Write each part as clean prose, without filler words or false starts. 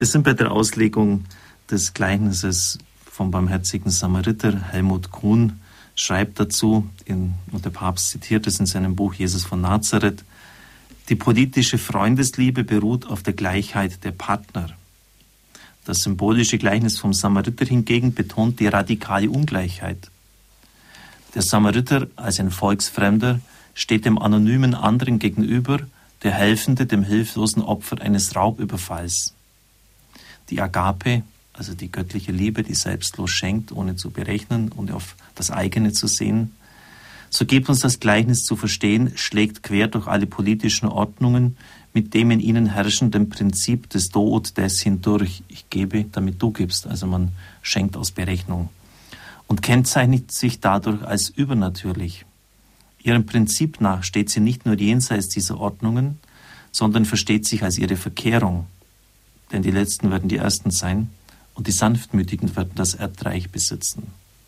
Wir sind bei der Auslegung des Gleichnisses vom barmherzigen Samariter. Helmut Kuhn schreibt dazu, und der Papst zitiert es in seinem Buch Jesus von Nazareth: Die politische Freundesliebe beruht auf der Gleichheit der Partner. Das symbolische Gleichnis vom Samariter hingegen betont die radikale Ungleichheit. Der Samariter als ein Volksfremder steht dem anonymen anderen gegenüber, der Helfende dem hilflosen Opfer eines Raubüberfalls. Die Agape, also die göttliche Liebe, die selbstlos schenkt, ohne zu berechnen und auf das eigene zu sehen, so gibt uns das Gleichnis zu verstehen, schlägt quer durch alle politischen Ordnungen mit dem in ihnen herrschenden Prinzip des Do und Des hindurch. Ich gebe, damit du gibst, also man schenkt aus Berechnung. Und kennzeichnet sich dadurch als übernatürlich. Ihrem Prinzip nach steht sie nicht nur jenseits dieser Ordnungen, sondern versteht sich als ihre Verkehrung. Denn die Letzten werden die Ersten sein und die Sanftmütigen werden das Erdreich besitzen.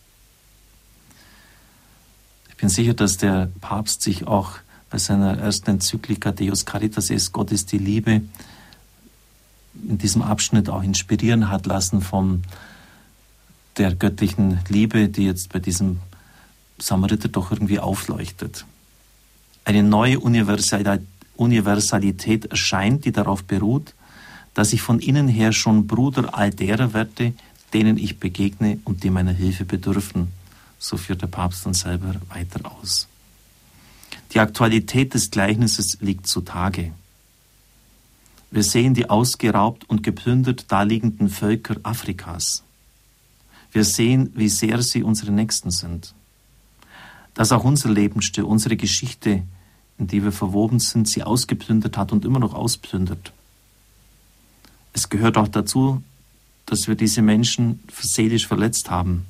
Ich bin sicher, dass der Papst sich auch bei seiner ersten Enzyklika Deus Caritas est, Gott ist die Liebe, in diesem Abschnitt auch inspirieren hat lassen von der göttlichen Liebe, die jetzt bei diesem Samariter doch irgendwie aufleuchtet. Eine neue Universalität erscheint, die darauf beruht, dass ich von innen her schon Bruder all derer werde, denen ich begegne und die meiner Hilfe bedürfen. So führt der Papst dann selber weiter aus. Die Aktualität des Gleichnisses liegt zutage. Wir sehen die ausgeraubt und geplündert daliegenden Völker Afrikas. Wir sehen, wie sehr sie unsere Nächsten sind. Dass auch unser Lebensstil, unsere Geschichte, in die wir verwoben sind, sie ausgeplündert hat und immer noch ausplündert. Es gehört auch dazu, dass wir diese Menschen seelisch verletzt haben.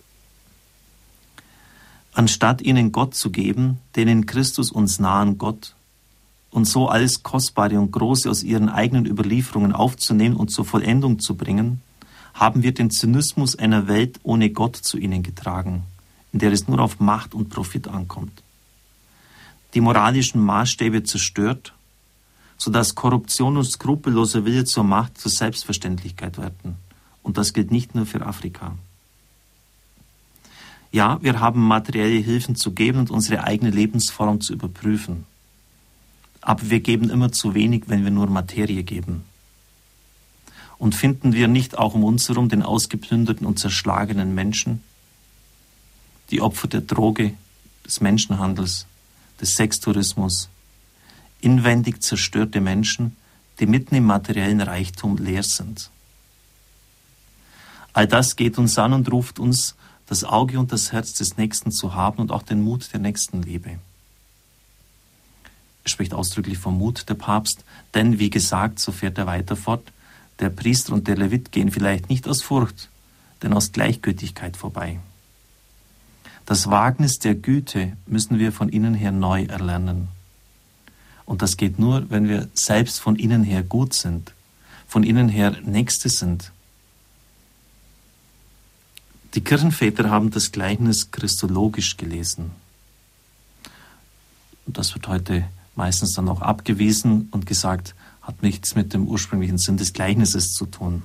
Anstatt ihnen Gott zu geben, den in Christus uns nahen Gott, und so alles Kostbare und Große aus ihren eigenen Überlieferungen aufzunehmen und zur Vollendung zu bringen, haben wir den Zynismus einer Welt ohne Gott zu ihnen getragen, in der es nur auf Macht und Profit ankommt. Die moralischen Maßstäbe zerstört, sodass Korruption und skrupelloser Wille zur Macht zur Selbstverständlichkeit werden. Und das gilt nicht nur für Afrika. Ja, wir haben materielle Hilfen zu geben und unsere eigene Lebensform zu überprüfen. Aber wir geben immer zu wenig, wenn wir nur Materie geben. Und finden wir nicht auch um uns herum den ausgeplünderten und zerschlagenen Menschen, die Opfer der Droge, des Menschenhandels, des Sextourismus, inwendig zerstörte Menschen, die mitten im materiellen Reichtum leer sind. All das geht uns an und ruft uns, das Auge und das Herz des Nächsten zu haben und auch den Mut der Nächstenliebe. Er spricht ausdrücklich vom Mut, der Papst, denn wie gesagt, so fährt er weiter fort, der Priester und der Levit gehen vielleicht nicht aus Furcht, denn aus Gleichgültigkeit vorbei. Das Wagnis der Güte müssen wir von innen her neu erlernen. Und das geht nur, wenn wir selbst von innen her gut sind, von innen her Nächste sind. Die Kirchenväter haben das Gleichnis christologisch gelesen. Und das wird heute meistens dann auch abgewiesen und gesagt, hat nichts mit dem ursprünglichen Sinn des Gleichnisses zu tun.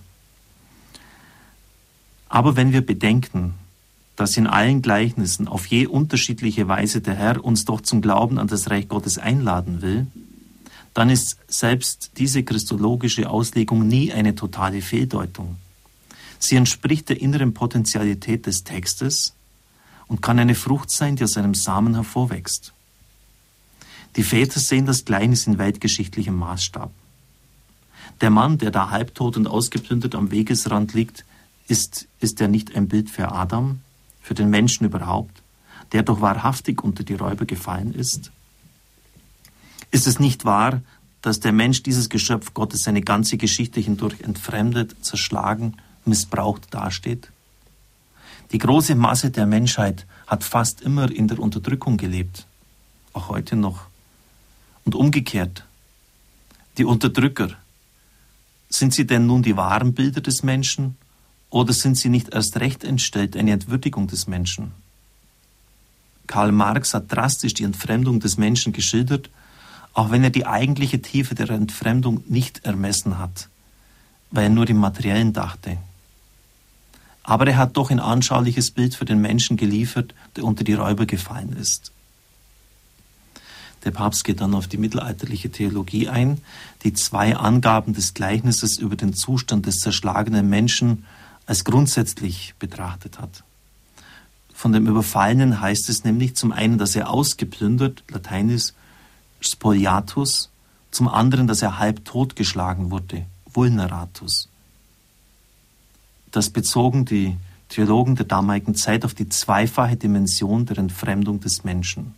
Aber wenn wir bedenken, dass in allen Gleichnissen auf je unterschiedliche Weise der Herr uns doch zum Glauben an das Reich Gottes einladen will, dann ist selbst diese christologische Auslegung nie eine totale Fehldeutung. Sie entspricht der inneren Potentialität des Textes und kann eine Frucht sein, die aus einem Samen hervorwächst. Die Väter sehen das Gleichnis in weltgeschichtlichem Maßstab. Der Mann, der da halbtot und ausgeplündert am Wegesrand liegt, ist er nicht ein Bild für Adam, für den Menschen überhaupt, der doch wahrhaftig unter die Räuber gefallen ist? Ist es nicht wahr, dass der Mensch, dieses Geschöpf Gottes, seine ganze Geschichte hindurch entfremdet, zerschlagen, missbraucht dasteht? Die große Masse der Menschheit hat fast immer in der Unterdrückung gelebt, auch heute noch. Und umgekehrt, die Unterdrücker, sind sie denn nun die wahren Bilder des Menschen oder sind sie nicht erst recht entstellt, eine Entwürdigung des Menschen? Karl Marx hat drastisch die Entfremdung des Menschen geschildert, auch wenn er die eigentliche Tiefe der Entfremdung nicht ermessen hat. weil er nur im Materiellen dachte. Aber er hat doch ein anschauliches Bild für den Menschen geliefert, der unter die Räuber gefallen ist. Der Papst geht dann auf die mittelalterliche Theologie ein, die 2 Angaben des Gleichnisses über den Zustand des zerschlagenen Menschen als grundsätzlich betrachtet hat. Von dem Überfallenen heißt es nämlich zum einen, dass er ausgeplündert, lateinisch spoliatus, zum anderen, dass er halb totgeschlagen wurde, vulneratus. Das bezogen die Theologen der damaligen Zeit auf die zweifache Dimension der Entfremdung des Menschen.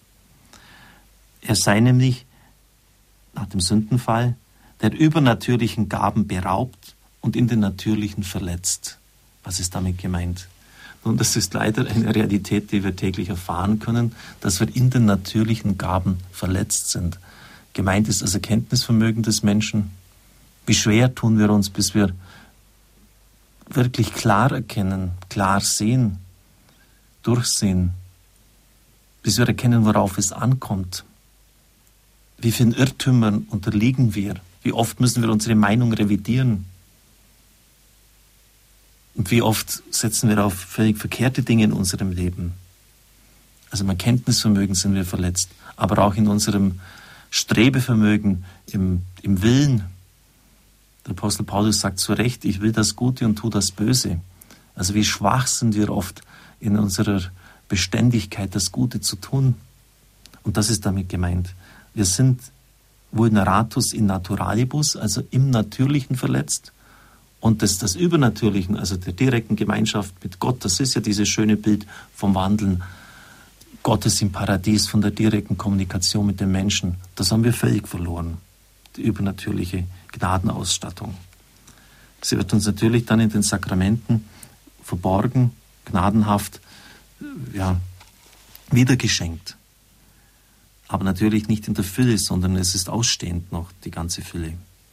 Er sei nämlich nach dem Sündenfall der übernatürlichen Gaben beraubt und in den natürlichen verletzt. Was ist damit gemeint? Nun, das ist leider eine Realität, die wir täglich erfahren können, dass wir in den natürlichen Gaben verletzt sind. Gemeint ist das Erkenntnisvermögen des Menschen. Wie schwer tun wir uns, bis wir wirklich klar erkennen, klar sehen, durchsehen, bis wir erkennen, worauf es ankommt. Wie vielen Irrtümern unterliegen wir? Wie oft müssen wir unsere Meinung revidieren? Und wie oft setzen wir auf völlig verkehrte Dinge in unserem Leben? Also im Erkenntnisvermögen sind wir verletzt, aber auch in unserem Strebevermögen, im Willen. Der Apostel Paulus sagt zu Recht, ich will das Gute und tu das Böse. Also wie schwach sind wir oft in unserer Beständigkeit, das Gute zu tun. Und das ist damit gemeint. Wir sind vulneratus in naturalibus, also im Natürlichen verletzt. Und das Übernatürlichen, also der direkten Gemeinschaft mit Gott, das ist ja dieses schöne Bild vom Wandeln Gottes im Paradies, von der direkten Kommunikation mit den Menschen. Das haben wir völlig verloren, die übernatürliche Gnadenausstattung. Sie wird uns natürlich dann in den Sakramenten verborgen, gnadenhaft, wiedergeschenkt. Aber natürlich nicht in der Fülle, sondern es ist ausstehend noch die ganze Fülle.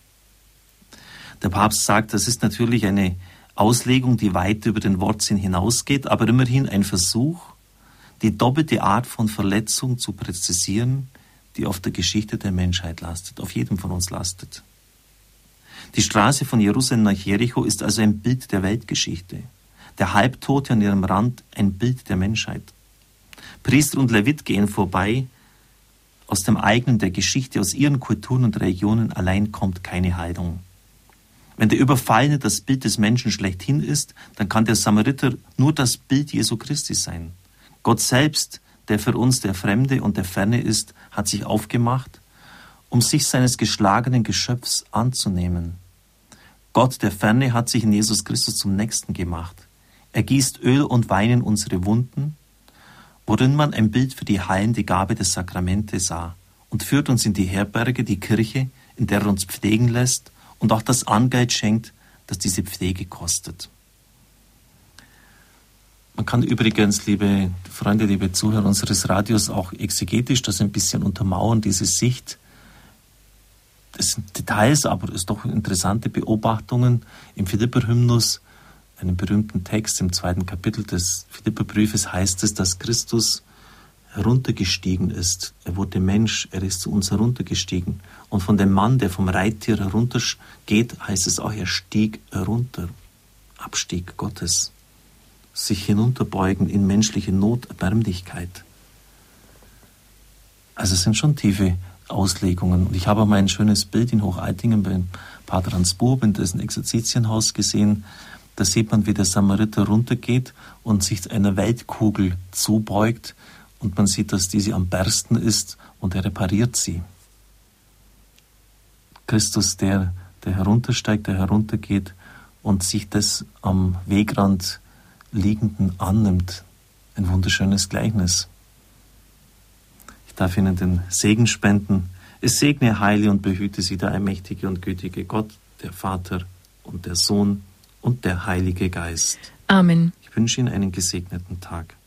Der Papst sagt, das ist natürlich eine Auslegung, die weit über den Wortsinn hinausgeht, aber immerhin ein Versuch, die doppelte Art von Verletzung zu präzisieren, die auf der Geschichte der Menschheit lastet, auf jedem von uns lastet. Die Straße von Jerusalem nach Jericho ist also ein Bild der Weltgeschichte. Der Halbtote an ihrem Rand ein Bild der Menschheit. Priester und Levit gehen vorbei. Aus dem eigenen der Geschichte, aus ihren Kulturen und Religionen allein kommt keine Heilung. Wenn der Überfallene das Bild des Menschen schlechthin ist, dann kann der Samariter nur das Bild Jesu Christi sein. Gott selbst, der für uns der Fremde und der Ferne ist, hat sich aufgemacht, um sich seines geschlagenen Geschöpfs anzunehmen. Gott, der Ferne, hat sich in Jesus Christus zum Nächsten gemacht. Er gießt Öl und Wein in unsere Wunden, worin man ein Bild für die heilende Gabe des Sakramente sah, und führt uns in die Herberge, die Kirche, in der er uns pflegen lässt und auch das Angeld schenkt, das diese Pflege kostet. Man kann übrigens, liebe Freunde, liebe Zuhörer unseres Radios, auch exegetisch das ein bisschen untermauern, diese Sicht. Das sind Details, aber es sind doch interessante Beobachtungen. Im Philipper-Hymnus, einem berühmten Text im 2. Kapitel des Philipperbriefes, heißt es, dass Christus heruntergestiegen ist. Er wurde Mensch, er ist zu uns heruntergestiegen. Und von dem Mann, der vom Reittier heruntergeht, heißt es auch, er stieg herunter. Abstieg Gottes. Sich hinunterbeugen in menschliche Not, Erbärmlichkeit. Also es sind schon tiefe Auslegungen. Und ich habe auch mal ein schönes Bild in Hochaltingen beim Pater Hans Buob in dessen Exerzitienhaus gesehen. Da sieht man, wie der Samariter runtergeht und sich einer Weltkugel zubeugt. Und man sieht, dass diese am Bersten ist und er repariert sie. Christus, der heruntersteigt, der heruntergeht und sich des am Wegrand Liegenden annimmt. Ein wunderschönes Gleichnis. Ich darf Ihnen den Segen spenden. Es segne, heile und behüte Sie der allmächtige und gütige Gott, der Vater und der Sohn und der Heilige Geist. Amen. Ich wünsche Ihnen einen gesegneten Tag.